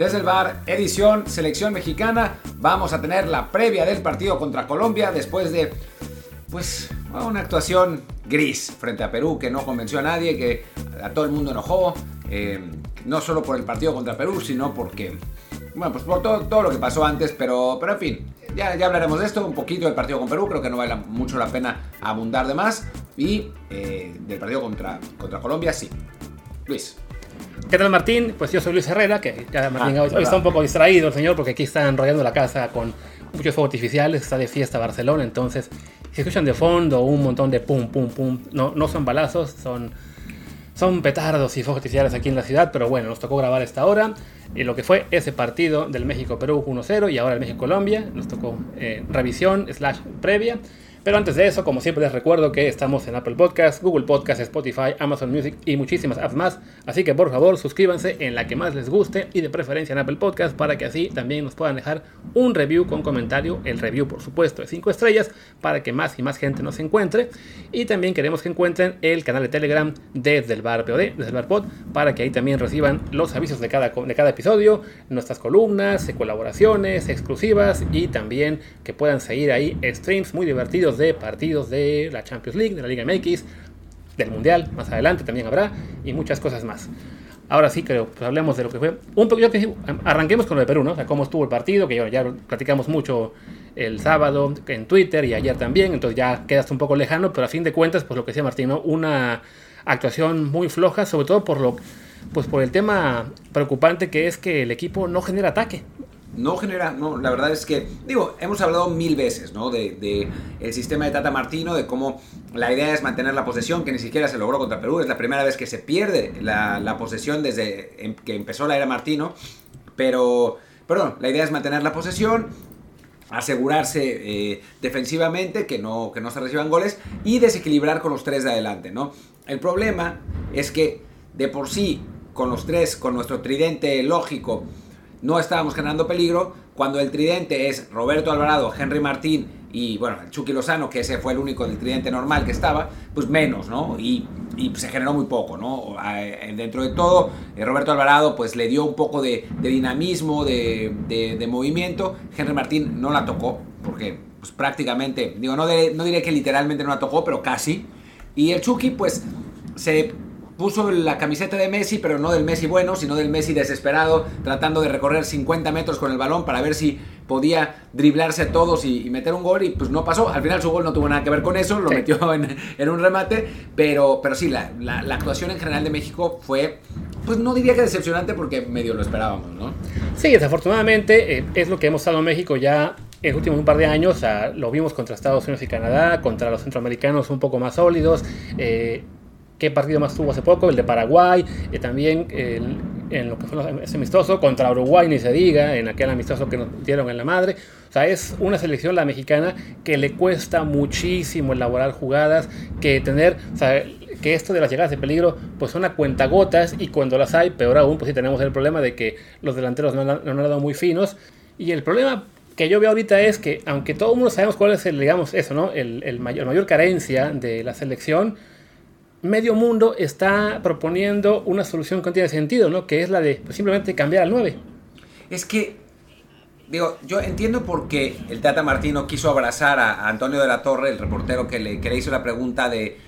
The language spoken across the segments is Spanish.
Desde el bar, edición Selección Mexicana. Vamos a tener la previa del partido contra Colombia después de, pues, una actuación gris frente a Perú que no convenció a nadie, que a todo el mundo enojó. No solo por el partido contra Perú, sino porque, bueno, pues por todo lo que pasó antes, pero en fin, ya hablaremos de esto, un poquito del partido con Perú, creo que no vale mucho la pena abundar de más, y del partido contra Colombia, sí. Luis. ¿Qué tal, Martín? Pues yo soy Luis Herrera, que ya Martín hoy está un poco distraído el señor, porque aquí está enrollando la casa con muchos fuegos artificiales, está de fiesta Barcelona, entonces si escuchan de fondo un montón de pum, pum, pum, no son balazos, son petardos y fuegos artificiales aquí en la ciudad, pero bueno, nos tocó grabar esta hora. Y lo que fue ese partido del México-Perú 1-0 y ahora el México-Colombia, nos tocó revisión / previa. Pero antes de eso, como siempre les recuerdo que estamos en Apple Podcasts, Google Podcasts, Spotify, Amazon Music y muchísimas apps más. Así que por favor suscríbanse en la que más les guste y de preferencia en Apple Podcasts para que así también nos puedan dejar un review con comentario. El review por supuesto de 5 estrellas para que más y más gente nos encuentre. Y también queremos que encuentren el canal de Telegram desde el bar POD, desde el bar Pod, para que ahí también reciban los avisos de cada episodio, nuestras columnas, colaboraciones exclusivas y también que puedan seguir ahí streams muy divertidos de partidos de la Champions League, de la Liga MX, del Mundial, más adelante también habrá, y muchas cosas más. Ahora sí, creo, pues hablemos de lo que fue un poquito, arranquemos con lo de Perú, ¿no? O sea, cómo estuvo el partido, que ya platicamos mucho el sábado en Twitter y ayer también, entonces ya quedaste un poco lejano, pero a fin de cuentas, pues lo que decía Martín, ¿no? Una actuación muy floja, sobre todo por el tema preocupante que es que el equipo no genera ataque. No, la verdad es que, hemos hablado 1000 veces, ¿no? De el sistema de Tata Martino, de cómo la idea es mantener la posesión, que ni siquiera se logró contra Perú, es la primera vez que se pierde la posesión desde que empezó la era Martino, pero la idea es mantener la posesión, asegurarse defensivamente, que no se reciban goles, y desequilibrar con los tres de adelante, ¿no? El problema es que, de por sí, con los tres, con nuestro tridente lógico, no estábamos generando peligro. Cuando el tridente es Roberto Alvarado, Henry Martín y, bueno, el Chucky Lozano, que ese fue el único del tridente normal que estaba, pues menos, ¿no? Y se generó muy poco, ¿no? Dentro de todo, Roberto Alvarado pues le dio un poco de dinamismo, de movimiento. Henry Martín no la tocó, porque pues prácticamente, no diré que literalmente no la tocó, pero casi. Y el Chucky pues se puso la camiseta de Messi, pero no del Messi bueno, sino del Messi desesperado, tratando de recorrer 50 metros con el balón para ver si podía driblarse a todos y meter un gol, y pues no pasó. Al final su gol no tuvo nada que ver con eso, lo metió en un remate, pero sí, la actuación en general de México fue, pues no diría que decepcionante, porque medio lo esperábamos, ¿no? Sí, desafortunadamente es lo que hemos estado en México ya en los últimos un par de años. O sea, lo vimos contra Estados Unidos y Canadá, contra los centroamericanos un poco más sólidos. ¿Qué partido más tuvo hace poco? El de Paraguay, también en lo que fue ese amistoso contra Uruguay, ni se diga, en aquel amistoso que nos dieron en la madre. O sea, es una selección, la mexicana, que le cuesta muchísimo elaborar jugadas, que que esto de las llegadas de peligro pues son a cuentagotas, y cuando las hay, peor aún, pues sí tenemos el problema de que los delanteros no han dado muy finos. Y el problema que yo veo ahorita es que, aunque todo el mundo sabemos cuál es el mayor carencia de la selección, medio mundo está proponiendo una solución que no tiene sentido, ¿no? Que es la de simplemente cambiar al 9. Es que, yo entiendo por qué el Tata Martino quiso abrazar a Antonio de la Torre, el reportero que le hizo la pregunta de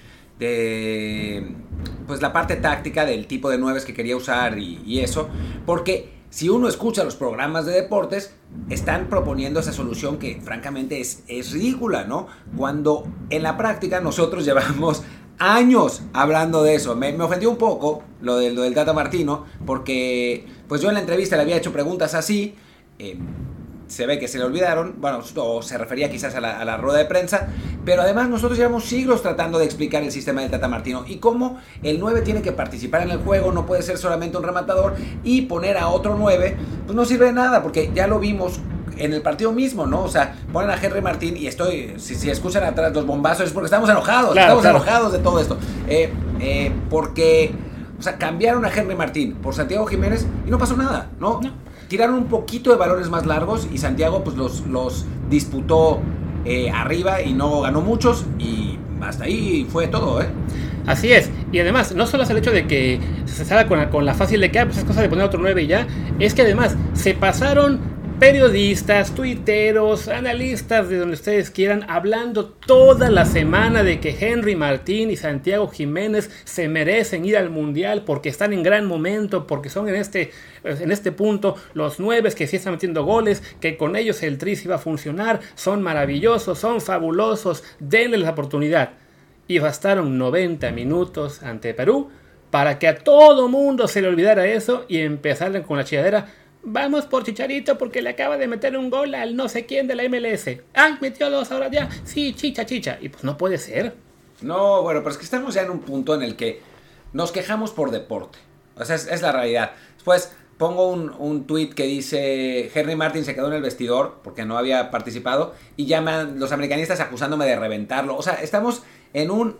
pues la parte táctica del tipo de 9 que quería usar y eso, porque si uno escucha los programas de deportes, están proponiendo esa solución que francamente es ridícula, ¿no? Cuando en la práctica nosotros llevamos años hablando de eso. Me ofendió un poco lo del Tata Martino, porque pues yo en la entrevista le había hecho preguntas así, se ve que se le olvidaron, bueno, o se refería quizás a la rueda de prensa, pero además nosotros llevamos siglos tratando de explicar el sistema del Tata Martino y cómo el 9 tiene que participar en el juego, no puede ser solamente un rematador, y poner a otro 9 pues no sirve de nada, porque ya lo vimos en el partido mismo, ¿no? O sea, ponen a Henry Martín y si escuchan atrás los bombazos es porque estamos enojados, enojados de todo esto. Porque, o sea, cambiaron a Henry Martín por Santiago Jiménez y no pasó nada, ¿no? Tiraron un poquito de balones más largos y Santiago pues los disputó arriba y no ganó muchos, y hasta ahí fue todo, ¿eh? Así es, y además, no solo es el hecho de que se salga con la fácil de que pues es cosa de poner otro 9 y ya, es que además se pasaron periodistas, tuiteros, analistas de donde ustedes quieran, hablando toda la semana de que Henry Martín y Santiago Jiménez se merecen ir al Mundial porque están en gran momento, porque son en este punto los 9 que sí están metiendo goles, que con ellos el Tri sí va a funcionar, son maravillosos, son fabulosos, denle la oportunidad. Y bastaron 90 minutos ante Perú para que a todo mundo se le olvidara eso y empezaran con la chilladera. Vamos por Chicharito porque le acaba de meter un gol al no sé quién de la MLS. ¡Ay, metió 2 ahora ya! Sí, chicha. Y pues no puede ser. No, bueno, pero es que estamos ya en un punto en el que nos quejamos por deporte. O sea, es la realidad. Después pongo un tweet que dice Henry Martin se quedó en el vestidor porque no había participado y llaman los americanistas acusándome de reventarlo. O sea, estamos en un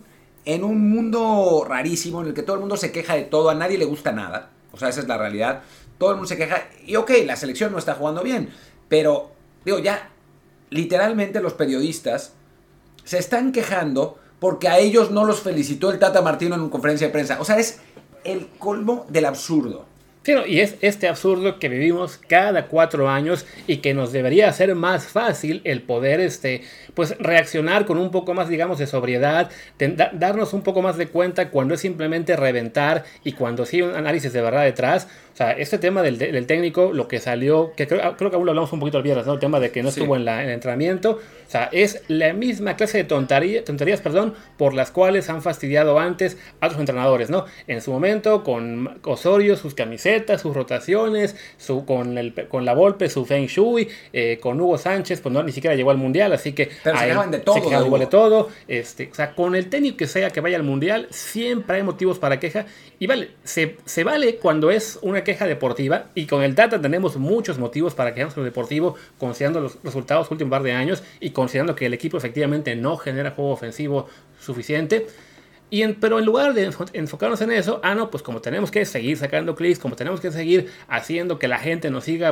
mundo rarísimo en el que todo el mundo se queja de todo, a nadie le gusta nada. O sea, esa es la realidad. Todo el mundo se queja. Y ok, la selección no está jugando bien. Pero, digo, ya literalmente los periodistas se están quejando porque a ellos no los felicitó el Tata Martino en una conferencia de prensa. O sea, es el colmo del absurdo. Sí, no, y es este absurdo que vivimos cada 4 años y que nos debería hacer más fácil el poder pues reaccionar con un poco más, digamos, de sobriedad, darnos un poco más de cuenta cuando es simplemente reventar y cuando sí hay un análisis de verdad detrás. O sea, este tema del técnico, lo que salió, que creo que aún lo hablamos un poquito el viernes, ¿no? El tema de que no estuvo en el entrenamiento. O sea, es la misma clase de tonterías, por las cuales han fastidiado antes a otros entrenadores, ¿no? En su momento, con Osorio, sus camisetas, sus rotaciones, con la Volpe, su Feng Shui, con Hugo Sánchez, pues no, ni siquiera llegó al Mundial, así que... Pero se quejaban de todo. Se quejaban igual de todo. O sea, con el técnico que sea que vaya al Mundial, siempre hay motivos para queja. Y vale, se vale cuando es una queja deportiva, y con el Tata tenemos muchos motivos para quejarnos sobre lo deportivo, considerando los resultados de los últimos par de años y considerando que el equipo efectivamente no genera juego ofensivo suficiente. Pero en lugar de enfocarnos en eso, no, pues como tenemos que seguir sacando clics, como tenemos que seguir haciendo que la gente nos siga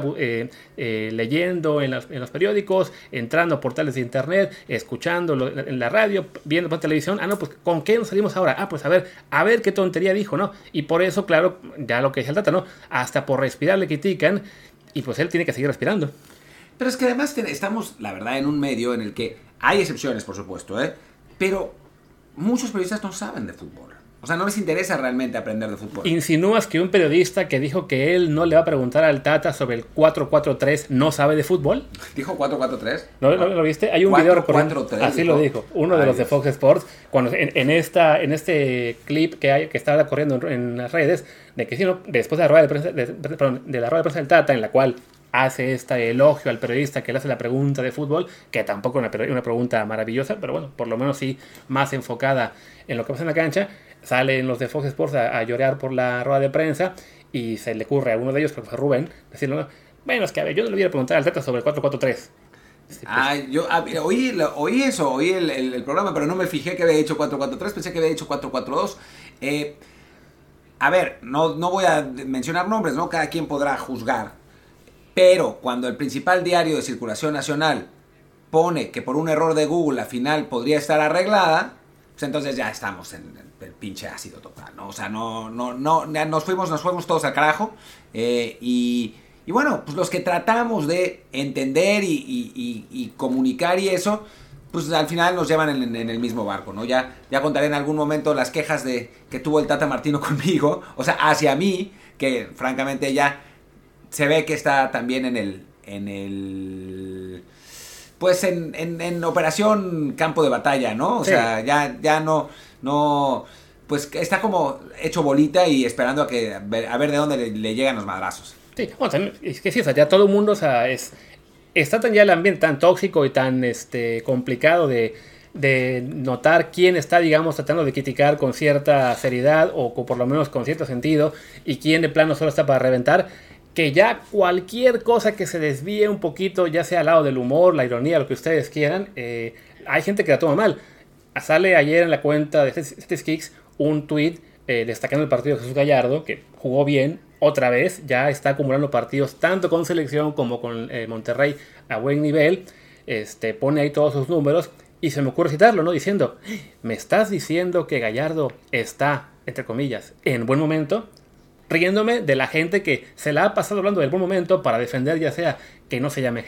leyendo en los periódicos, entrando a portales de internet, escuchando en la radio, viendo por televisión, no, pues ¿con qué nos salimos ahora? Pues a ver qué tontería dijo, ¿no? Y por eso, claro, ya lo que dice el Tata, ¿no? Hasta por respirar le critican y pues él tiene que seguir respirando. Pero es que además estamos, la verdad, en un medio en el que hay excepciones, por supuesto, pero muchos periodistas no saben de fútbol. O sea, no les interesa realmente aprender de fútbol. ¿Insinúas que un periodista que dijo que él no le va a preguntar al Tata sobre el 4-4-3 no sabe de fútbol? ¿Dijo 4-4-3? ¿No lo viste? Hay un video recorriendo. Así dijo. Lo dijo. Uno de los de Fox Sports. Cuando en este clip que estaba corriendo en las redes, de que después de la rueda de prensa, de la rueda de prensa del Tata, en la cual hace este elogio al periodista que le hace la pregunta de fútbol, que tampoco es una pregunta maravillosa, pero bueno, por lo menos sí más enfocada en lo que pasa en la cancha. Salen los de Fox Sports a llorar por la rueda de prensa y se le ocurre a uno de ellos, creo que fue Rubén, decirle, bueno, es que a ver, yo no le voy a preguntar al Tata sobre el 4-4-3. Yo oí eso, oí el programa, pero no me fijé que había dicho 4-4-3, pensé que había dicho 4-4-2. A ver, no voy a mencionar nombres, ¿no? Cada quien podrá juzgar. Pero cuando el principal diario de circulación nacional pone que por un error de Google la final podría estar arreglada, pues entonces ya estamos en el pinche ácido total, ¿no? O sea, nos fuimos todos al carajo. Y bueno, pues los que tratamos de entender y comunicar y eso, pues al final nos llevan en el mismo barco, ¿no? Ya contaré en algún momento las quejas que tuvo el Tata Martino conmigo, o sea, hacia mí, que francamente ya se ve que está también pues en operación campo de batalla, ¿no? O sea, ya no, pues está como hecho bolita y esperando a ver de dónde le llegan los madrazos. Sí, bueno, también, es que sí, o sea, ya todo el mundo, o sea, está tan ya el ambiente tan tóxico y tan complicado de notar quién está, digamos, tratando de criticar con cierta seriedad o por lo menos con cierto sentido y quién de plano solo está para reventar, que ya cualquier cosa que se desvíe un poquito, ya sea al lado del humor, la ironía, lo que ustedes quieran, hay gente que la toma mal. Sale ayer en la cuenta de Kicks un tweet destacando el partido de Jesús Gallardo, que jugó bien otra vez, ya está acumulando partidos tanto con selección como con Monterrey a buen nivel, pone ahí todos sus números Y se me ocurre citarlo, ¿no? Diciendo, ¿me estás diciendo que Gallardo está, entre comillas, en buen momento? Riéndome de la gente que se la ha pasado hablando del buen momento para defender ya sea que no se llame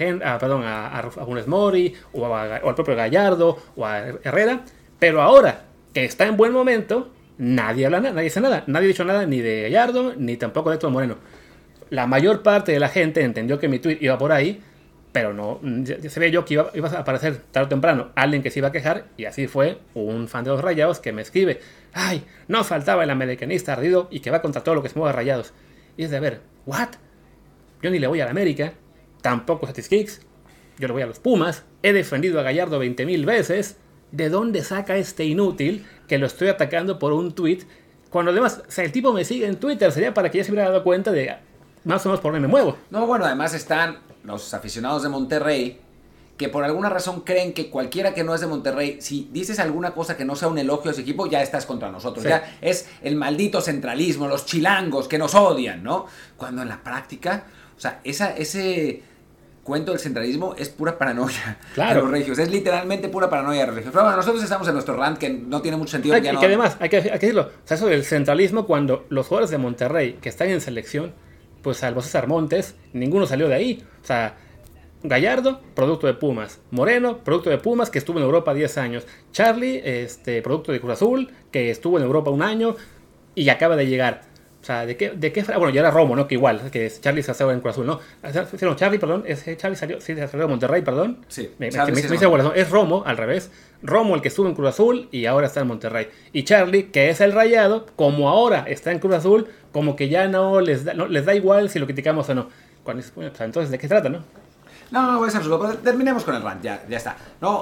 a Funes Mori o al propio Gallardo o a Herrera, pero ahora que está en buen momento, nadie habla nada, nadie dice nada, nadie ha dicho nada ni de Gallardo ni tampoco de Héctor Moreno. La mayor parte de la gente entendió que mi tweet iba por ahí, pero no, se ve yo que iba a aparecer tarde o temprano alguien que se iba a quejar, y así fue un fan de los Rayados que me escribe, ay, no faltaba el americanista ardido y que va contra todo lo que se mueva Rayados. Y es de, a ver, ¿what? Yo ni le voy a la América, tampoco a Kicks, yo le voy a los Pumas, he defendido a Gallardo 20,000 veces, ¿de dónde saca este inútil que lo estoy atacando por un tweet? Cuando además, o sea, el tipo me sigue en Twitter, sería para que ya se hubiera dado cuenta de más o menos por dónde me muevo. No, bueno, además están los aficionados de Monterrey que por alguna razón creen que cualquiera que no es de Monterrey, si dices alguna cosa que no sea un elogio a su equipo, ya estás contra nosotros. Sí. Ya es el maldito centralismo, los chilangos que nos odian, ¿no? Cuando en la práctica, o sea, ese cuento del centralismo es pura paranoia de los regios. Es literalmente pura paranoia de los regios. Pero bueno, nosotros estamos en nuestro rant que no tiene mucho sentido. Y que además, hay que decirlo, o sea, eso del centralismo, cuando los jugadores de Monterrey que están en selección, pues salvo César Montes, ninguno salió de ahí. O sea, Gallardo, producto de Pumas. Moreno, producto de Pumas, que estuvo en Europa 10 años. Charlie, producto de Cruz Azul, que estuvo en Europa 1 año y acaba de llegar. O sea, ¿de qué? Bueno, ya era Romo, ¿no? Que igual, que Charlie se hace en Cruz Azul, ¿no? No, Charlie, perdón, Charlie salió de Monterrey, perdón. Sí, me hice bueno, es Romo, al revés. Romo el que estuvo en Cruz Azul y ahora está en Monterrey. Y Charlie, que es el Rayado, como ahora está en Cruz Azul, como que ya no les da igual si lo criticamos o no. Bueno, entonces, ¿de qué se trata, no? No, es absurdo. Pero terminemos con el rant, ya está. No,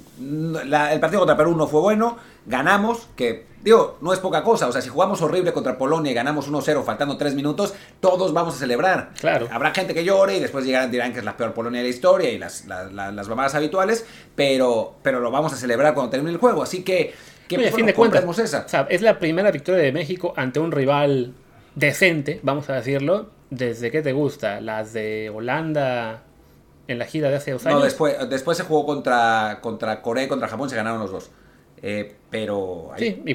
el partido contra Perú no fue bueno. Ganamos, que digo, no es poca cosa. O sea, si jugamos horrible contra Polonia y ganamos 1-0 faltando 3 minutos, todos vamos a celebrar. Claro. Habrá gente que llore y después dirán que es la peor Polonia de la historia y las mamadas habituales, pero lo vamos a celebrar cuando termine el juego. Así que a fin de cuentas, esa. O sea, es la primera victoria de México ante un rival decente, vamos a decirlo. ¿Desde qué te gusta? Las de Holanda en la gira de hace 2 años. No, después se jugó contra Corea y contra Japón, se ganaron los dos. Pero ahí, sí,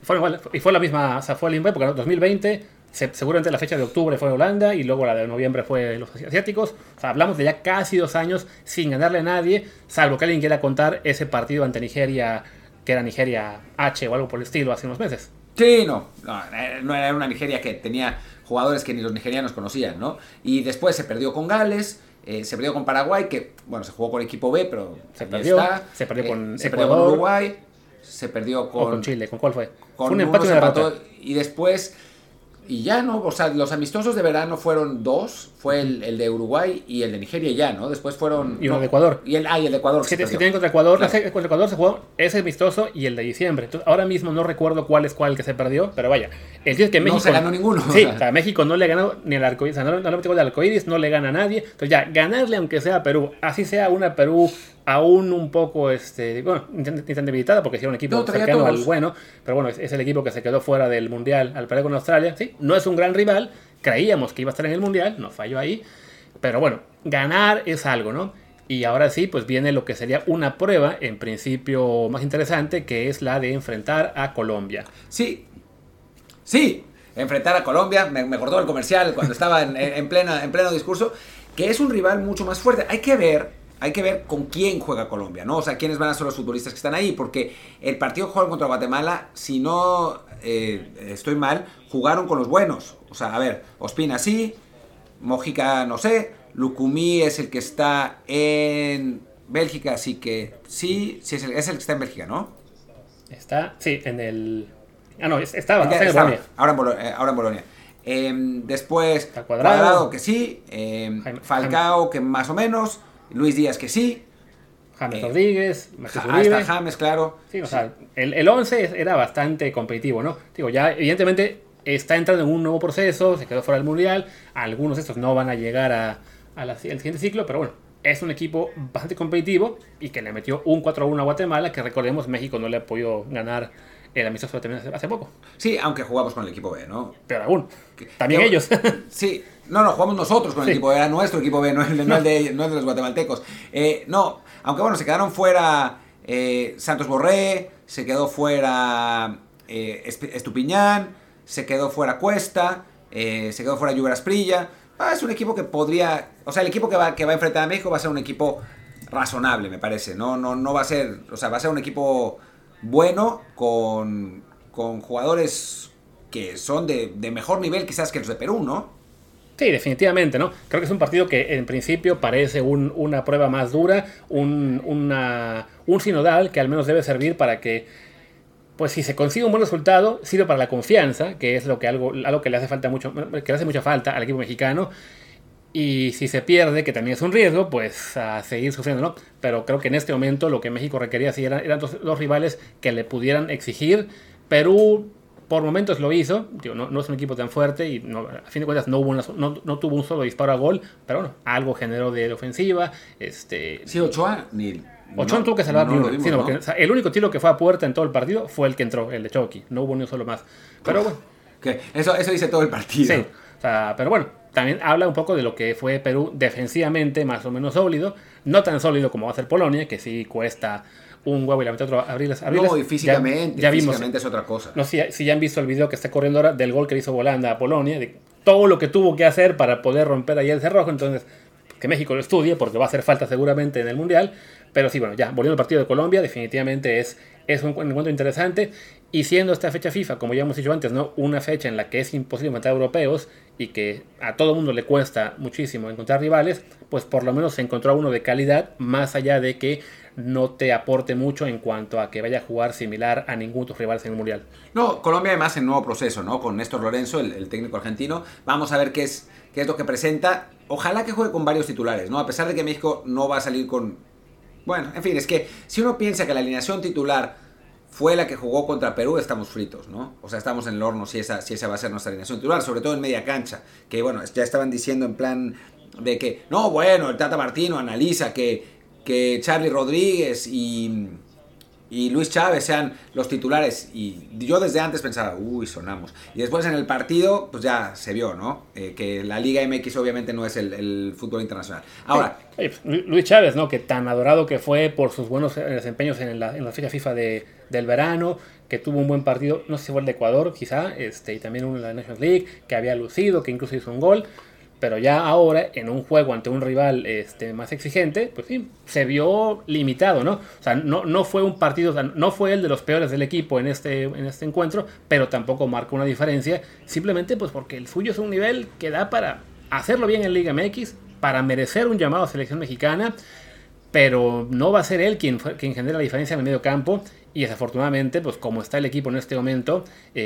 y fue la misma, o sea, fue la misma época, ¿no? 2020, seguramente la fecha de octubre fue Holanda y luego la de noviembre fue los asiáticos. O sea, hablamos de ya casi 2 años sin ganarle a nadie, salvo que alguien quiera contar ese partido ante Nigeria, que era Nigeria H o algo por el estilo, hace unos meses. Sí, no era una Nigeria que tenía jugadores que ni los nigerianos conocían, ¿no? Y después se perdió con Gales. Se perdió con Paraguay, que bueno, se jugó con equipo B, pero se perdió con Uruguay, se perdió con Chile. ¿Con cuál fue? Fue un empate y una derrota. Y después, y ya no, o sea, los amistosos de verano fueron 2, fue el de Uruguay y el de Nigeria ya, ¿no? Después fueron... Y uno de Ecuador. Y el de Ecuador. Si tienen contra Ecuador, claro. Contra Ecuador se jugó ese amistoso y el de diciembre. Entonces, ahora mismo no recuerdo cuál es cuál que se perdió, pero vaya. El tío es que México... No se ganó ninguno. Sí, o sea, México no le ganó ni al arcoíris, o sea, no le metió gol al arcoíris, no le gana a nadie. Entonces ya, ganarle aunque sea a Perú, así sea una Perú aún un poco, bueno, ni tan debilitada porque si era un equipo cercano al bueno, pero bueno, es el equipo que se quedó fuera del Mundial al perder con Australia, sí, no es un gran rival, creíamos que iba a estar en el Mundial, no falló ahí, pero bueno, ganar es algo, ¿no? Y ahora sí, pues viene lo que sería una prueba, en principio más interesante, que es la de enfrentar a Colombia. Sí, enfrentar a Colombia, me acordó el comercial cuando estaba en pleno discurso, que es un rival mucho más fuerte. Hay que ver con quién juega Colombia, ¿no? O sea, quiénes van a ser los futbolistas que están ahí, porque el partido que jugaron contra Guatemala, si no estoy mal, jugaron con los buenos. O sea, a ver, Ospina sí, Mojica no sé, Lucumí es el que está en Bélgica, así que sí es el que está en Bélgica, ¿no? Está, sí, en el... estaba en Bolonia. Ahora en Bolonia. Después, Cuadrado que sí, Falcao que más o menos, Luis Díaz que sí, James Rodríguez, Marcos Uribe. Hasta James, claro. Sí, o sea, el 11 era bastante competitivo, ¿no? Digo, ya evidentemente está entrando en un nuevo proceso, se quedó fuera del Mundial, algunos de estos no van a llegar al siguiente ciclo, pero bueno, es un equipo bastante competitivo y que le metió un 4-1 a Guatemala, que recordemos México no le ha podido ganar el amistoso hace poco. Sí, aunque jugamos con el equipo B, ¿no? Pero aún, también ellos. Sí, no, jugamos nosotros con el equipo B, era nuestro equipo B, no el de los guatemaltecos. No, aunque bueno, se quedaron fuera Santos Borré, se quedó fuera Estupiñán, se quedó fuera Cuesta, se quedó fuera Lluvia Asprilla. Es un equipo que podría, o sea, el equipo que va a enfrentar a México va a ser un equipo razonable, me parece. No va a ser, o sea, va a ser un equipo bueno con jugadores que son de mejor nivel quizás que los de Perú, ¿no? Sí, definitivamente, ¿no? Creo que es un partido que en principio parece una prueba más dura, un sinodal que al menos debe servir para que, pues si se consigue un buen resultado, sirve para la confianza, que es algo que le hace falta mucho, que le hace mucha falta al equipo mexicano. Y si se pierde, que también es un riesgo, pues a seguir sufriendo, ¿no? Pero creo que en este momento lo que México requería sí eran dos rivales que le pudieran exigir. Perú por momentos lo hizo, digo, no es un equipo tan fuerte y a fin de cuentas no tuvo un solo disparo a gol, pero bueno, algo generó de ofensiva. Sí, Ochoa Ochoa tuvo que salvar no, uno, lo vimos, sí, ¿no? Porque, o sea, el único tiro que fue a puerta en todo el partido fue el que entró, el de Chucky, no hubo ni un solo más. Pero bueno. Okay. Eso dice todo el partido. Sí, o sea, pero bueno, también habla un poco de lo que fue Perú defensivamente más o menos sólido, no tan sólido como va a ser Polonia, que sí cuesta un huevo y la mitad otro abrirlas. No, y físicamente, ya vimos, físicamente es otra cosa. No sé si ya han visto el video que está corriendo ahora del gol que le hizo Volanda a Polonia, de todo lo que tuvo que hacer para poder romper ahí el cerrojo. Entonces, que México lo estudie porque va a hacer falta seguramente en el Mundial. Pero sí, bueno, ya volviendo al partido de Colombia, definitivamente es un encuentro interesante. Y siendo esta fecha FIFA, como ya hemos dicho antes, ¿no? Una fecha en la que es imposible matar a europeos y que a todo mundo le cuesta muchísimo encontrar rivales, pues por lo menos se encontró uno de calidad, más allá de que no te aporte mucho en cuanto a que vaya a jugar similar a ningún de tus rivales en el Mundial. No, Colombia además en nuevo proceso, ¿no? Con Néstor Lorenzo, el técnico argentino. Vamos a ver qué es lo que presenta. Ojalá que juegue con varios titulares, ¿no? A pesar de que México no va a salir con... Bueno, en fin, es que si uno piensa que la alineación titular fue la que jugó contra Perú, estamos fritos, ¿no? O sea, estamos en el horno si esa va a ser nuestra alineación titular, sobre todo en media cancha, que bueno, ya estaban diciendo en plan de que, no, bueno, el Tata Martino analiza que Charly Rodríguez y Luis Chávez sean los titulares, y yo desde antes pensaba, sonamos, y después en el partido, pues ya se vio, ¿no? Que la Liga MX obviamente no es el fútbol internacional. Ahora, Luis Chávez, ¿no? Que tan adorado que fue por sus buenos desempeños en la fecha FIFA del verano, que tuvo un buen partido, no sé si fue el de Ecuador, quizá, y también uno en la Nations League, que había lucido, que incluso hizo un gol. Pero ya ahora, en un juego ante un rival más exigente, pues sí, se vio limitado, ¿no? O sea, no fue un partido, o sea, no fue el de los peores del equipo en este encuentro, pero tampoco marcó una diferencia, simplemente pues porque el suyo es un nivel que da para hacerlo bien en Liga MX, para merecer un llamado a selección mexicana, pero no va a ser él quien genera la diferencia en el medio campo, y desafortunadamente, pues como está el equipo en este momento,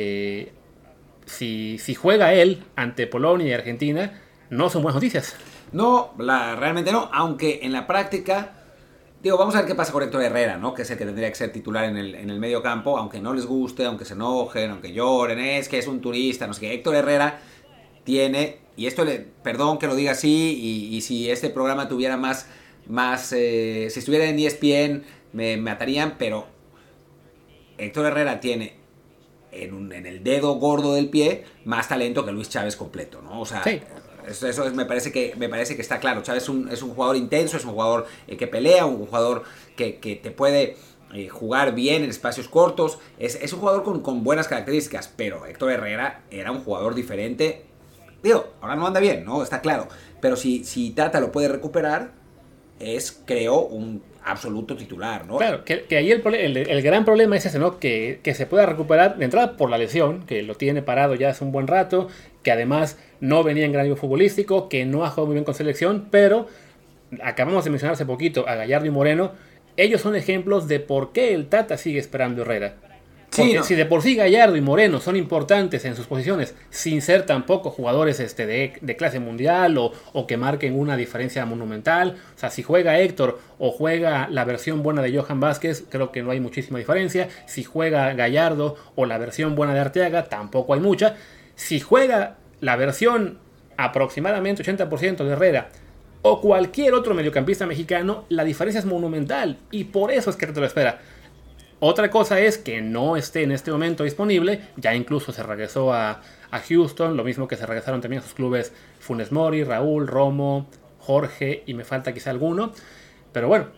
si juega él ante Polonia y Argentina, no son buenas noticias. No, realmente no, aunque en la práctica, digo, vamos a ver qué pasa con Héctor Herrera, ¿no? Que es el que tendría que ser titular en el medio campo, aunque no les guste, aunque se enojen, aunque lloren, es que es un turista, no sé qué. Héctor Herrera tiene, y esto perdón que lo diga así, y si este programa tuviera más si estuviera en ESPN me matarían, pero Héctor Herrera tiene en el dedo gordo del pie más talento que Luis Chávez completo, ¿no? O sea, sí. Eso me parece que está claro. Chávez es un jugador intenso, es un jugador que pelea, un jugador que te puede jugar bien en espacios cortos. Es un jugador con buenas características, pero Héctor Herrera era un jugador diferente. Digo, ahora no anda bien, ¿no? Está claro. Pero si Tata lo puede recuperar, creo, un absoluto titular, ¿no? Claro, que ahí el gran problema es ese, ¿no? Que se pueda recuperar de entrada por la lesión, que lo tiene parado ya hace un buen rato, que además no venía en gran nivel futbolístico, que no ha jugado muy bien con selección, pero acabamos de mencionar hace poquito a Gallardo y Moreno. Ellos son ejemplos de por qué el Tata sigue esperando a Herrera. Porque sí, ¿no? Si de por sí Gallardo y Moreno son importantes en sus posiciones, sin ser tampoco jugadores de clase mundial o que marquen una diferencia monumental, o sea, si juega Héctor o juega la versión buena de Johan Vázquez, creo que no hay muchísima diferencia. Si juega Gallardo o la versión buena de Arteaga, tampoco hay mucha. Si juega la versión aproximadamente 80% de Herrera o cualquier otro mediocampista mexicano, la diferencia es monumental y por eso es que te lo espera. Otra cosa es que no esté en este momento disponible, ya incluso se regresó a Houston, lo mismo que se regresaron también a sus clubes Funes Mori, Raúl, Romo, Jorge y me falta quizá alguno. Pero bueno,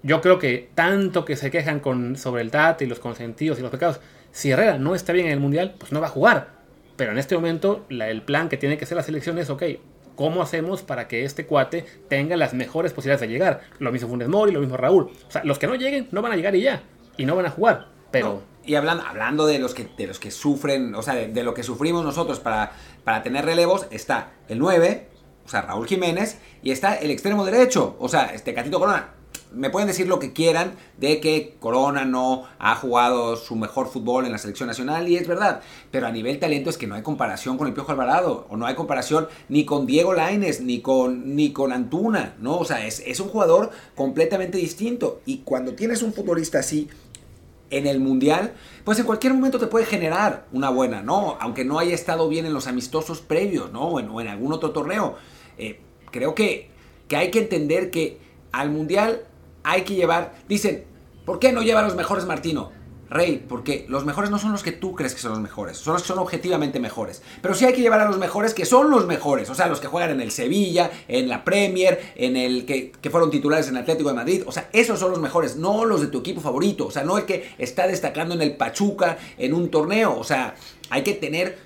Yo creo que tanto que se quejan sobre el Tata y los consentidos y los pecados, si Herrera no está bien en el Mundial, pues no va a jugar. Pero en este momento el plan que tiene que hacer la selección es, ok, ¿cómo hacemos para que este cuate tenga las mejores posibilidades de llegar? Lo mismo Funes Mori, lo mismo Raúl. O sea, los que no lleguen no van a llegar y ya. Y no van a jugar. Pero... No. Y hablando de los que sufren, o sea, de lo que sufrimos nosotros para tener relevos, está el 9, o sea, Raúl Jiménez, y está el extremo derecho, o sea, Tecatito Corona. Me pueden decir lo que quieran de que Corona no ha jugado su mejor fútbol en la selección nacional, y es verdad, pero a nivel talento es que no hay comparación con el Piojo Alvarado, o no hay comparación ni con Diego Lainez, ni con Antuna, ¿no? O sea, es un jugador completamente distinto, y cuando tienes un futbolista así en el Mundial, pues en cualquier momento te puede generar una buena, ¿no? Aunque no haya estado bien en los amistosos previos, ¿no? O en algún otro torneo. Creo que hay que entender que al Mundial hay que llevar... Dicen, ¿por qué no lleva a los mejores Martino? Rey, porque los mejores no son los que tú crees que son los mejores, son los que son objetivamente mejores. Pero sí hay que llevar a los mejores que son los mejores, o sea, los que juegan en el Sevilla, en la Premier, en el que fueron titulares en Atlético de Madrid. O sea, esos son los mejores, no los de tu equipo favorito, o sea, no el que está destacando en el Pachuca en un torneo. O sea, hay que tener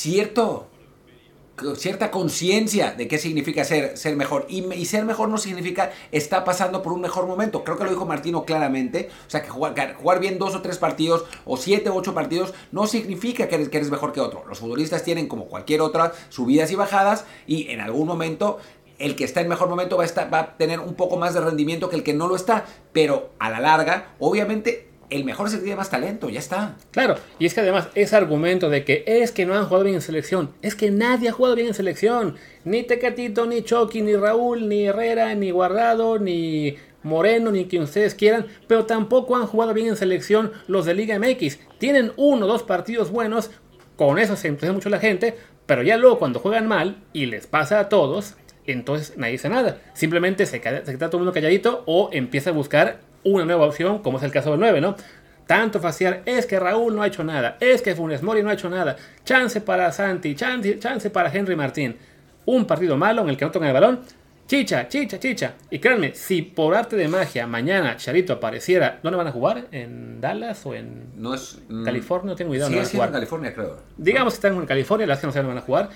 cierta conciencia de qué significa ser mejor, y ser mejor no significa está pasando por un mejor momento. Creo que lo dijo Martino claramente. O sea, que jugar bien 2 o 3 partidos o 7 o 8 partidos no significa que eres mejor que otro. Los futbolistas tienen, como cualquier otra, subidas y bajadas, y en algún momento el que está en mejor momento va a tener un poco más de rendimiento que el que no lo está, pero a la larga, obviamente, el mejor es el que tiene más talento, ya está. Claro, y es que además ese argumento de que es que no han jugado bien en selección, es que nadie ha jugado bien en selección. Ni Tecatito, ni Chucky, ni Raúl, ni Herrera, ni Guardado, ni Moreno, ni quien ustedes quieran, pero tampoco han jugado bien en selección los de Liga MX. Tienen 1 o 2 partidos buenos, con eso se entusiasma mucho la gente, pero ya luego cuando juegan mal, y les pasa a todos, entonces nadie dice nada. Simplemente se queda todo el mundo calladito o empieza a buscar una nueva opción, como es el caso del 9, ¿no? Tanto faciar, es que Raúl no ha hecho nada, es que Funes Mori no ha hecho nada, chance para Santi, chance para Henry Martín. Un partido malo en el que no tocan el balón, chicha. Y créanme, si por arte de magia mañana Chicharito apareciera, ¿dónde van a jugar? ¿En Dallas o en California? No tengo idea. Sí, en California, creo. Digamos que están en California, las que no saben dónde van a jugar.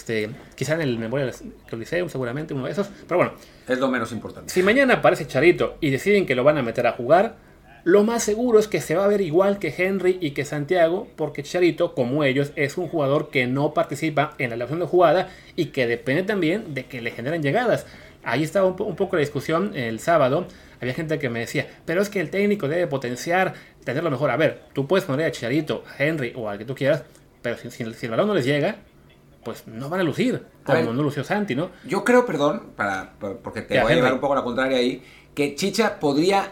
Quizá en el Memorial Coliseum, seguramente, uno de esos. Pero bueno. Es lo menos importante. Si mañana aparece Chicharito y deciden que lo van a meter a jugar, lo más seguro es que se va a ver igual que Henry y que Santiago, porque Chicharito, como ellos, es un jugador que no participa en la elaboración de jugada y que depende también de que le generen llegadas. Ahí estaba un poco la discusión el sábado. Había gente que me decía, pero es que el técnico debe potenciar, tenerlo mejor. A ver, tú puedes poner a Chicharito, a Henry o al que tú quieras, pero si el balón no les llega, pues no van a lucir, como no lució Santi, ¿no? Yo creo, perdón, porque te voy a llevar un poco a la contraria ahí, que Chicha podría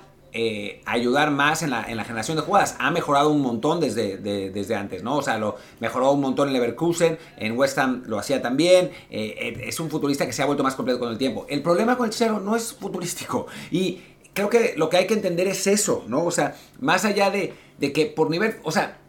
ayudar más en la generación de jugadas. Ha mejorado un montón desde antes, ¿no? O sea, lo mejoró un montón en Leverkusen, en West Ham lo hacía también. Es un futbolista que se ha vuelto más completo con el tiempo. El problema con el Chicharo no es futurístico, y creo que lo que hay que entender es eso, ¿no? O sea, más allá de que por nivel, o sea,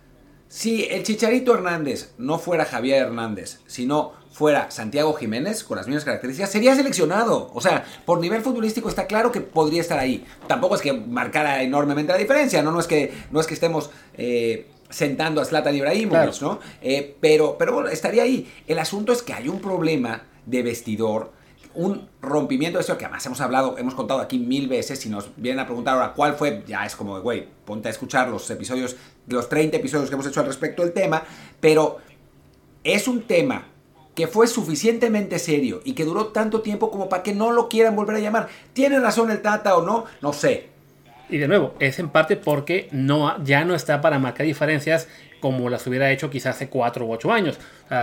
si el Chicharito Hernández no fuera Javier Hernández, sino fuera Santiago Jiménez, con las mismas características, sería seleccionado. O sea, por nivel futbolístico está claro que podría estar ahí. Tampoco es que marcara enormemente la diferencia, no es que estemos sentando a Zlatan Ibrahimovic, claro, ¿no? Pero bueno, estaría ahí. El asunto es que hay un problema de vestidor, un rompimiento de esto que además hemos contado aquí 1000 veces. Si nos vienen a preguntar ahora cuál fue, ya es como, güey, ponte a escuchar los 30 episodios que hemos hecho al respecto del tema, pero es un tema que fue suficientemente serio y que duró tanto tiempo como para que no lo quieran volver a llamar. ¿Tiene razón el Tata o no? No sé. Y de nuevo, es en parte porque ya no está para marcar diferencias como las hubiera hecho quizás hace 4 u 8 años.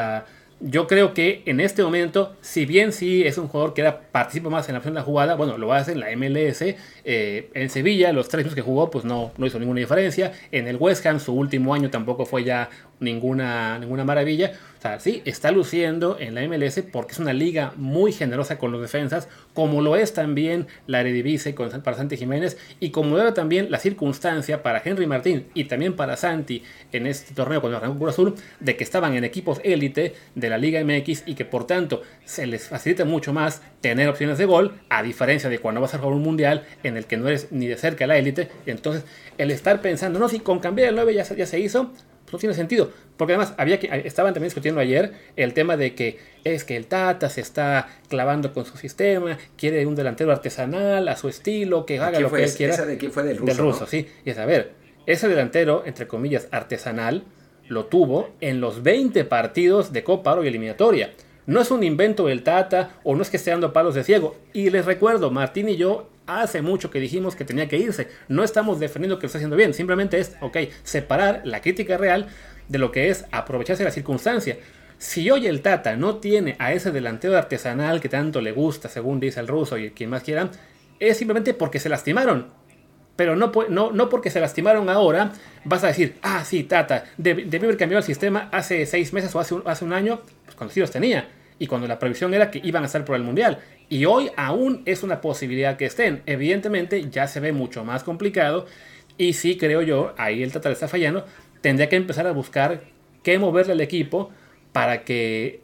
Yo creo que en este momento, si bien sí es un jugador que participa más en la acción de la jugada, bueno, lo hace en la MLS, en Sevilla, los 3 años que jugó, pues no hizo ninguna diferencia. En el West Ham, su último año tampoco fue ya ninguna maravilla. O sea, sí, está luciendo en la MLS porque es una liga muy generosa con los defensas, como lo es también la Eredivisie para Santi Jiménez, y como era también la circunstancia para Henry Martín y también para Santi en este torneo con el Cruz Azul, de que estaban en equipos élite de la Liga MX y que por tanto se les facilita mucho más tener opciones de gol, a diferencia de cuando vas a jugar un mundial en el que no eres ni de cerca la élite. Entonces, el estar pensando, no, si con cambiar el 9 ya se hizo, pues no tiene sentido. Porque además estaban también discutiendo ayer el tema de que es que el Tata se está clavando con su sistema, quiere un delantero artesanal, a su estilo, que haga lo que él quiera. ¿Esa de quién fue? Del ruso, Del ruso, ¿no? sí. Y es, a ver, ese delantero, entre comillas, artesanal, lo tuvo en los 20 partidos de Copa Oro y eliminatoria. No es un invento del Tata, o no es que esté dando palos de ciego. Y les recuerdo, Martín y yo hace mucho que dijimos que tenía que irse. No estamos defendiendo que lo está haciendo bien. Simplemente es, separar la crítica real de lo que es aprovecharse de la circunstancia. Si hoy el Tata no tiene a ese delantero artesanal que tanto le gusta, según dice el ruso y quien más quiera, es simplemente porque se lastimaron. Pero no porque se lastimaron ahora, vas a decir, sí, Tata, debió haber cambiado el sistema hace 6 meses o hace un año, pues cuando sí los tenía. Y cuando la previsión era que iban a estar por el Mundial. Y hoy aún es una posibilidad que estén. Evidentemente ya se ve mucho más complicado. Y sí, creo yo, ahí el Tata le está fallando. Tendría que empezar a buscar qué moverle al equipo para que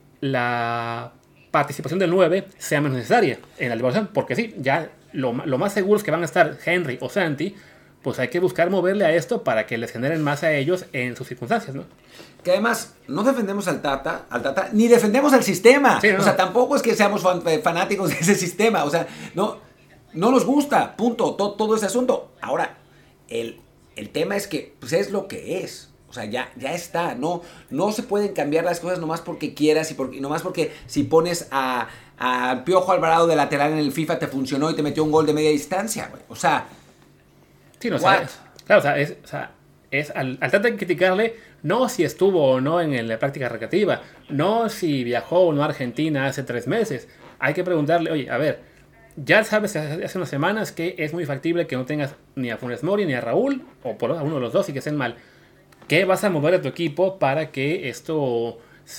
la participación del 9 sea menos necesaria en la liberación. Porque sí, ya lo más seguro es que van a estar Henry o Santi. Pues hay que buscar moverle a esto para que les generen más a ellos en sus circunstancias, ¿no? Que además no defendemos al Tata, ni defendemos al sistema. Sí, no. O sea, tampoco es que seamos fanáticos de ese sistema. O sea, no nos gusta, punto, todo ese asunto. Ahora, el tema es que pues es lo que es. O sea, ya está. No se pueden cambiar las cosas nomás porque quieras y nomás porque si pones a Piojo Alvarado de lateral en el FIFA te funcionó y te metió un gol de media distancia, güey. O sea, sí, no sabes. Claro, es al Tata de criticarle, no si estuvo o no en la práctica recreativa, no si viajó o no a Argentina hace 3 meses. Hay que preguntarle, oye, a ver, ya sabes hace unas semanas que es muy factible que no tengas ni a Funes Mori ni a Raúl, o a uno de los dos y que estén mal. ¿Qué vas a mover a tu equipo para que esto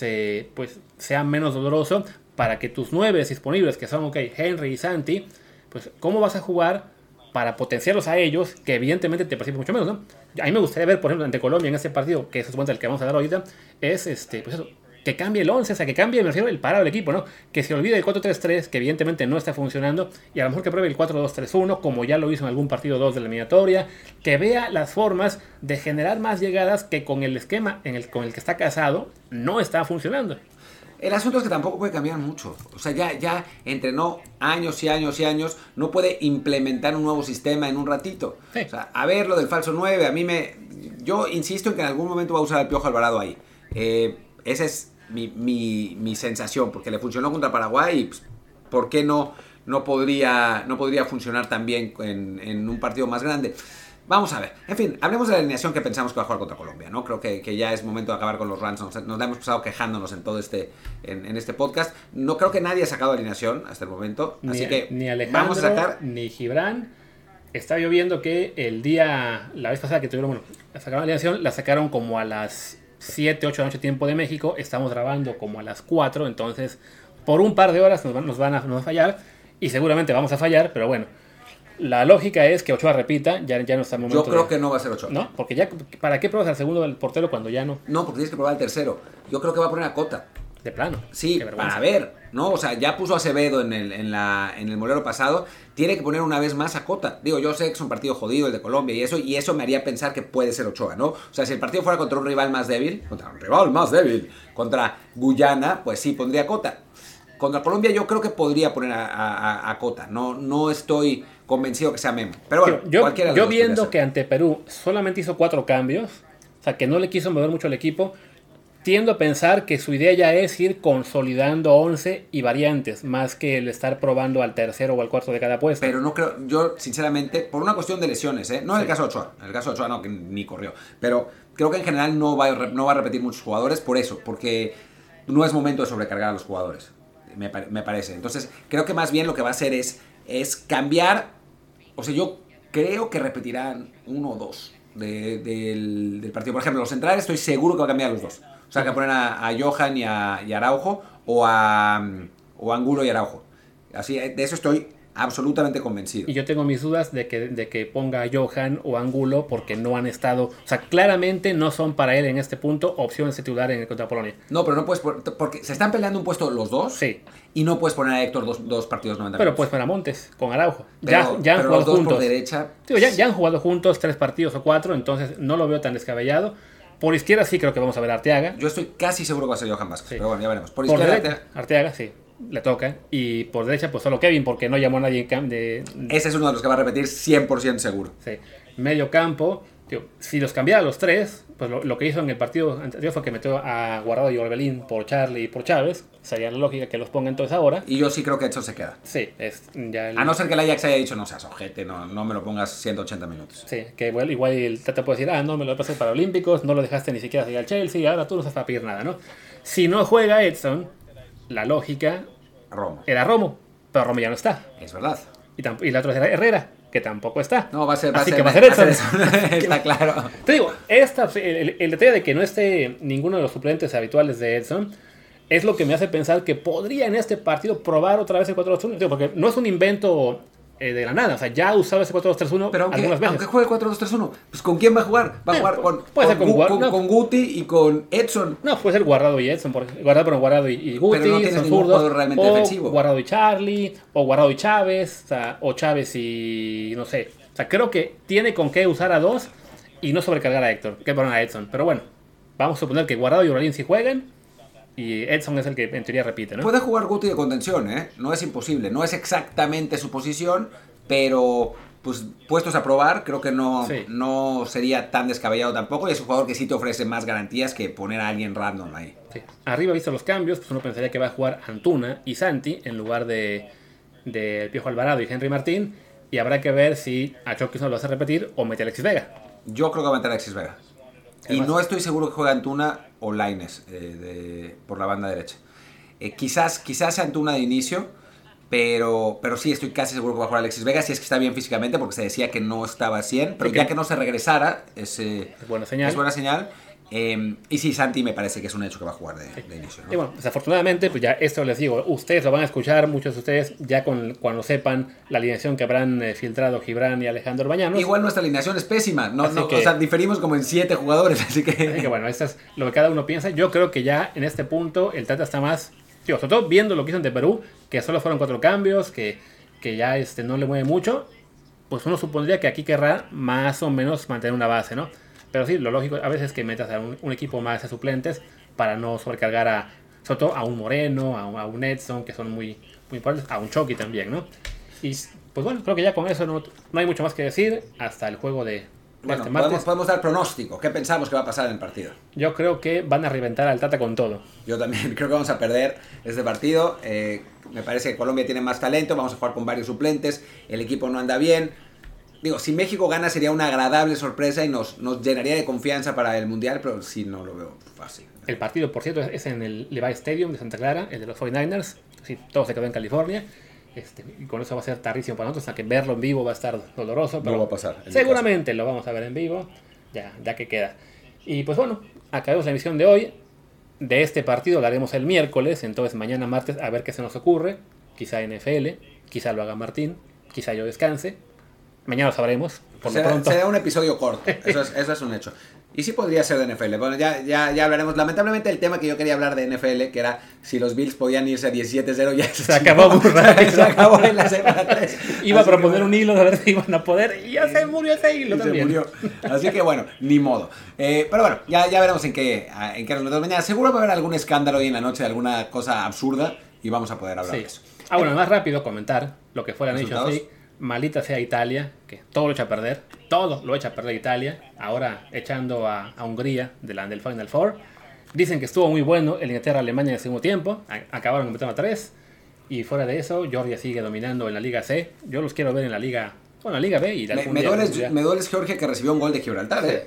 sea menos doloroso? Para que tus 9 disponibles, que son Henry y Santi, pues ¿cómo vas a jugar para potenciarlos a ellos, que evidentemente te perciben mucho menos, ¿no? A mí me gustaría ver, por ejemplo, ante Colombia en este partido, que es el que vamos a dar ahorita, es pues eso, que cambie el 11, o sea, que cambie, me refiero, el parado del equipo, ¿no? Que se olvide el 4-3-3, que evidentemente no está funcionando, y a lo mejor que pruebe el 4-2-3-1, como ya lo hizo en algún partido 2 de la eliminatoria, que vea las formas de generar más llegadas que con el esquema con el que está casado no está funcionando. El asunto es que tampoco puede cambiar mucho. O sea, ya entrenó años y años y años. No puede implementar un nuevo sistema en un ratito. Sí. O sea, a ver lo del falso 9. Yo insisto en que en algún momento va a usar al Piojo Alvarado ahí. Esa es mi sensación. Porque le funcionó contra Paraguay y pues, ¿por qué no podría funcionar también en un partido más grande? Vamos a ver. En fin, hablemos de la alineación que pensamos que va a jugar contra Colombia, ¿no? Creo que ya es momento de acabar con los rants. Nos la hemos pasado quejándonos en todo en este podcast. No creo que nadie ha sacado alineación hasta el momento. Así que ni Alejandro, vamos a sacar... ni Gibran. Estaba yo viendo que la vez pasada que tuvieron, sacaron la alineación, la sacaron como a las 7, 8 de la noche tiempo de México. Estamos grabando como a las 4, entonces por un par de horas nos van a fallar. Y seguramente vamos a fallar, pero bueno. La lógica es que Ochoa repita, ya no está el momento. Yo creo que no va a ser Ochoa. ¿No? Porque ya, ¿para qué pruebas al segundo del portero cuando ya no? No, porque tienes que probar al tercero. Yo creo que va a poner a Cota. De plano. Sí, para ver, ¿no? O sea, ya puso a Acevedo en el Molero pasado. Tiene que poner una vez más a Cota. Digo, yo sé que es un partido jodido el de Colombia y eso me haría pensar que puede ser Ochoa, ¿no? O sea, si el partido fuera contra un rival más débil, contra Guyana, pues sí, pondría a Cota. Contra Colombia yo creo que podría poner a Cota. No estoy convencido que sea Memo. Pero bueno, yo viendo que ante Perú solamente hizo 4 cambios, o sea, que no le quiso mover mucho al equipo, tiendo a pensar que su idea ya es ir consolidando 11 y variantes, más que el estar probando al tercero o al cuarto de cada puesto. Pero no creo, yo sinceramente, por una cuestión de lesiones, no en el caso de Ochoa. En el caso de Ochoa no, que ni corrió. Pero creo que en general no va a repetir muchos jugadores por eso, porque no es momento de sobrecargar a los jugadores. Me parece. Entonces, creo que más bien lo que va a hacer es cambiar. O sea, yo creo que repetirán 1 o 2. del partido. Por ejemplo, los centrales estoy seguro que va a cambiar los dos. O sea, que va a poner a Johan y a Araujo, o a Angulo y Araujo. Así, de eso estoy absolutamente convencido. Y yo tengo mis dudas de que ponga a Johan o Angulo porque no han estado, o sea, claramente no son para él en este punto opciones de titular en el contra Polonia. No, pero no puedes, porque se están peleando un puesto los dos. Sí. Y no puedes poner a Héctor dos partidos 90 Pero minutos. puedes poner a Montes con Araujo. Pero, ya han pero jugado los dos juntos. por derecha. Digo, ya han jugado juntos 3 partidos o 4, entonces no lo veo tan descabellado. Por izquierda sí creo que vamos a ver a Arteaga. Yo estoy casi seguro que va a ser Johan Vázquez, Sí. pero bueno, ya veremos. Por Por izquierda, derecha, Arteaga, sí, le toca. Y por derecha, pues solo Kevin, porque no llamó a nadie ese es uno de los que va a repetir 100% seguro. Sí. Medio campo, tío, si los cambiara a los 3, pues lo que hizo en el partido anterior fue que metió a Guardado y Orbelín por Charlie y por Chávez. Sería la lógica que los ponga entonces ahora. Y yo sí creo que Edson se queda. Sí, es ya A no ser que el Ajax haya dicho, no seas ojete, no me lo pongas 180 minutos. Sí, que igual el Tata puede decir, no me lo pasé para Olímpicos, no lo dejaste ni siquiera seguir al Chelsea, ahora tú no vas a pedir nada, ¿no? Si no juega Edson, la lógica Romo. era Romo, pero Romo ya no está. Es verdad. Y la otra era Herrera, que tampoco está. No, va a ser Así que va a ser Edson. Está claro. Te digo, el detalle de que no esté ninguno de los suplentes habituales de Edson es lo que me hace pensar que podría en este partido probar otra vez el 4-2-3-1. Digo, porque no es un invento de la nada. O sea, ya ha usado ese 4-2-3-1 Pero algunas veces. aunque juegue 4-2-3-1, pues ¿con quién va a jugar? Va a jugar puede ser con Guti y con Edson. No, puede ser Guardado y Edson. Guardado y Guti, Pero no tienes son ningún zurdos. jugador realmente O defensivo. Guardado y Charlie, o Guardado y Chávez, o Chávez y no sé. O sea, creo que tiene con qué usar a 2 y no sobrecargar a Héctor, que poner a Edson. Pero bueno, vamos a suponer que Guardado y Orbelín sí juegan y Edson es el que en teoría repite, ¿no? Puede jugar Guti de contención, ¿eh? No es imposible. No es exactamente su posición, pero pues puestos a probar, creo que no sería tan descabellado tampoco. Y es un jugador que sí te ofrece más garantías que poner a alguien random ahí. Sí. Arriba, visto los cambios, pues uno pensaría que va a jugar Antuna y Santi en lugar de Piojo Alvarado y Henry Martín. Y habrá que ver si a Chucky no lo hace repetir o mete a Alexis Vega. Yo creo que va a meter a Alexis Vega. Y no estoy seguro que juegue Antuna o Lainez por la banda derecha. Quizás sea Antuna de inicio, pero sí estoy casi seguro que va a jugar Alexis Vega, si es que está bien físicamente, porque se decía que no estaba 100, pero ya que no se regresara, es buena señal. Es buena señal. Y sí, Santi me parece que es un hecho que va a jugar de inicio, ¿no? Y bueno, desafortunadamente, pues ya esto les digo, ustedes lo van a escuchar, muchos de ustedes, ya cuando sepan la alineación que habrán filtrado Gibran y Alejandro Bañanos. Igual nuestra alineación es pésima, Que, o sea, diferimos como en 7 jugadores, así que bueno, esto es lo que cada uno piensa. Yo creo que ya en este punto el Tata está más, sobre todo viendo lo que hizo ante Perú, que solo fueron 4 cambios, que ya no le mueve mucho, pues uno supondría que aquí querrá más o menos mantener una base, ¿no? Pero sí, lo lógico a veces es que metas a un equipo más de suplentes para no sobrecargar sobre todo a un Moreno, a un Edson, que son muy, muy importantes, a un Chucky también, ¿no? Y pues bueno, creo que ya con eso no hay mucho más que decir hasta el juego de bueno, este martes. podemos dar pronóstico. ¿Qué pensamos que va a pasar en el partido? Yo creo que van a reventar al Tata con todo. Yo también creo que vamos a perder este partido. Me parece que Colombia tiene más talento, vamos a jugar con varios suplentes, el equipo no anda bien. Digo, si México gana sería una agradable sorpresa y nos llenaría de confianza para el Mundial, pero sí no lo veo fácil. El partido, por cierto, es en el Levi Stadium de Santa Clara, el de los 49ers. Sí, todo se quedó en California. Y con eso va a ser tarrísimo para nosotros, o sea que verlo en vivo va a estar doloroso. Pero no va a pasar. Seguramente lo vamos a ver en vivo, ya que queda. Y pues bueno, acabamos la emisión de hoy. De este partido lo haremos el miércoles, entonces mañana martes a ver qué se nos ocurre. Quizá NFL, quizá lo haga Martín, quizá yo descanse. Mañana lo sabremos, por lo pronto. Será un episodio corto, eso es un hecho. Y sí podría ser de NFL. Bueno, ya hablaremos. Lamentablemente el tema que yo quería hablar de NFL, que era si los Bills podían irse a 17-0, ya se acabó muy rápido. Se acabó en la semana 3. Iba a proponer un hilo, a ver si iban a poder, y ya se murió ese hilo también. Se murió. Así que bueno, ni modo. Pero bueno, ya veremos en qué nos metemos mañana. Seguro va a haber algún escándalo hoy en la noche, alguna cosa absurda, y vamos a poder hablar de eso. Bueno, más rápido comentar lo que fue la Nations League. Maldita sea Italia, que todo lo echa a perder. Todo lo echa a perder Italia. Ahora echando a Hungría del Final Four. Dicen que estuvo muy bueno el Inglaterra-Alemania en el segundo tiempo. Acabaron empatando a 3. Y fuera de eso, Georgia sigue dominando en la Liga C. Yo los quiero ver en la Liga B y la me duele Georgia, que recibió un gol de Gibraltar, ¿eh?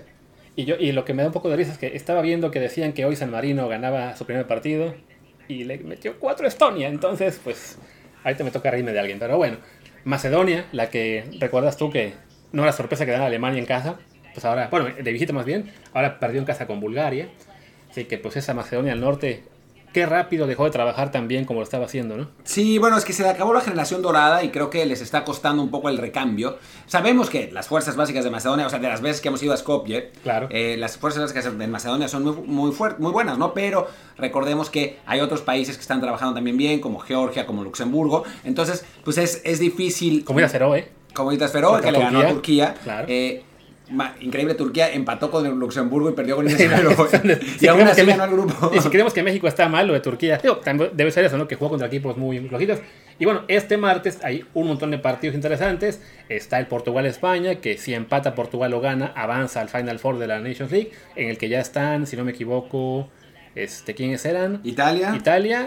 Y lo que me da un poco de risa es que estaba viendo que decían que hoy San Marino ganaba su primer partido y le metió 4 a Estonia. Entonces, pues, ahorita me toca reírme de alguien. Pero bueno, Macedonia, la que recuerdas tú que no era sorpresa que ganara Alemania en casa, pues ahora, bueno, de visita más bien, ahora perdió en casa con Bulgaria. Así que pues esa Macedonia del Norte, qué rápido dejó de trabajar tan bien como lo estaba haciendo, ¿no? Sí, bueno, es que se le acabó la generación dorada y creo que les está costando un poco el recambio. Sabemos que las fuerzas básicas de Macedonia, o sea, de las veces que hemos ido a Skopje, claro. Las fuerzas básicas de Macedonia son muy buenas, ¿no? Pero recordemos que hay otros países que están trabajando también bien, como Georgia, como Luxemburgo. Entonces, pues es difícil. Como Feroe, Como Feroe, que le ganó a Turquía. Claro. Increíble, Turquía empató con Luxemburgo y perdió con Israel. Y aún así ganó el grupo. Y si creemos que México está mal, lo de Turquía, debe ser eso, ¿no? Que jugó contra equipos muy flojitos. Y bueno, este martes hay un montón de partidos interesantes. Está el Portugal-España, que si empata Portugal o gana, avanza al Final Four de la Nations League, en el que ya están, si no me equivoco, ¿quiénes eran? Italia.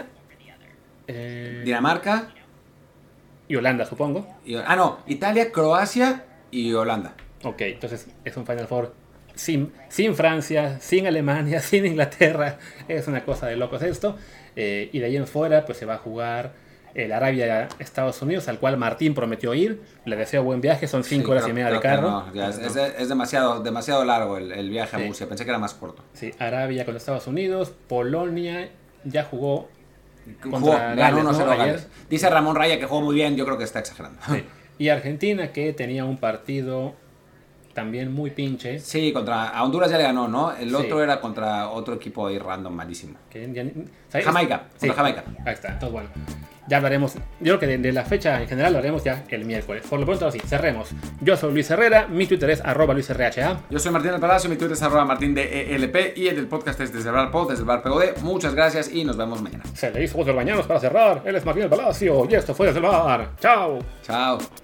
Dinamarca. Y Holanda, supongo. Italia, Croacia y Holanda. Ok, entonces es un Final Four sin Francia, sin Alemania, sin Inglaterra. Es una cosa de locos esto. Y de ahí en fuera pues se va a jugar el Arabia-Estados Unidos, al cual Martín prometió ir. Le deseo buen viaje, son 5 horas y media de carro. Es demasiado largo el viaje a Murcia, pensé que era más corto. Sí, Arabia con Estados Unidos, Polonia ya jugó contra Gales, ¿no? Gales. Dice Ramón Raya que jugó muy bien, yo creo que está exagerando. Sí. Y Argentina, que tenía un partido también muy pinche. Sí, a Honduras ya le ganó, ¿no? El otro era contra otro equipo ahí random malísimo. Jamaica, contra Jamaica. Ahí está, entonces bueno. Ya hablaremos, yo creo que de la fecha en general lo haremos ya el miércoles. Por lo pronto, así, cerremos. Yo soy Luis Herrera, mi Twitter es @LuisRHA. Yo soy Martín del Palacio, mi Twitter es @MartinDELP y el del podcast es desde el Bar Pod, desde el Bar POD. Muchas gracias y nos vemos mañana. Se le hizo voz del bañanos para cerrar. Él es Martín del Palacio y esto fue Desde el Bar. Chao. Chao.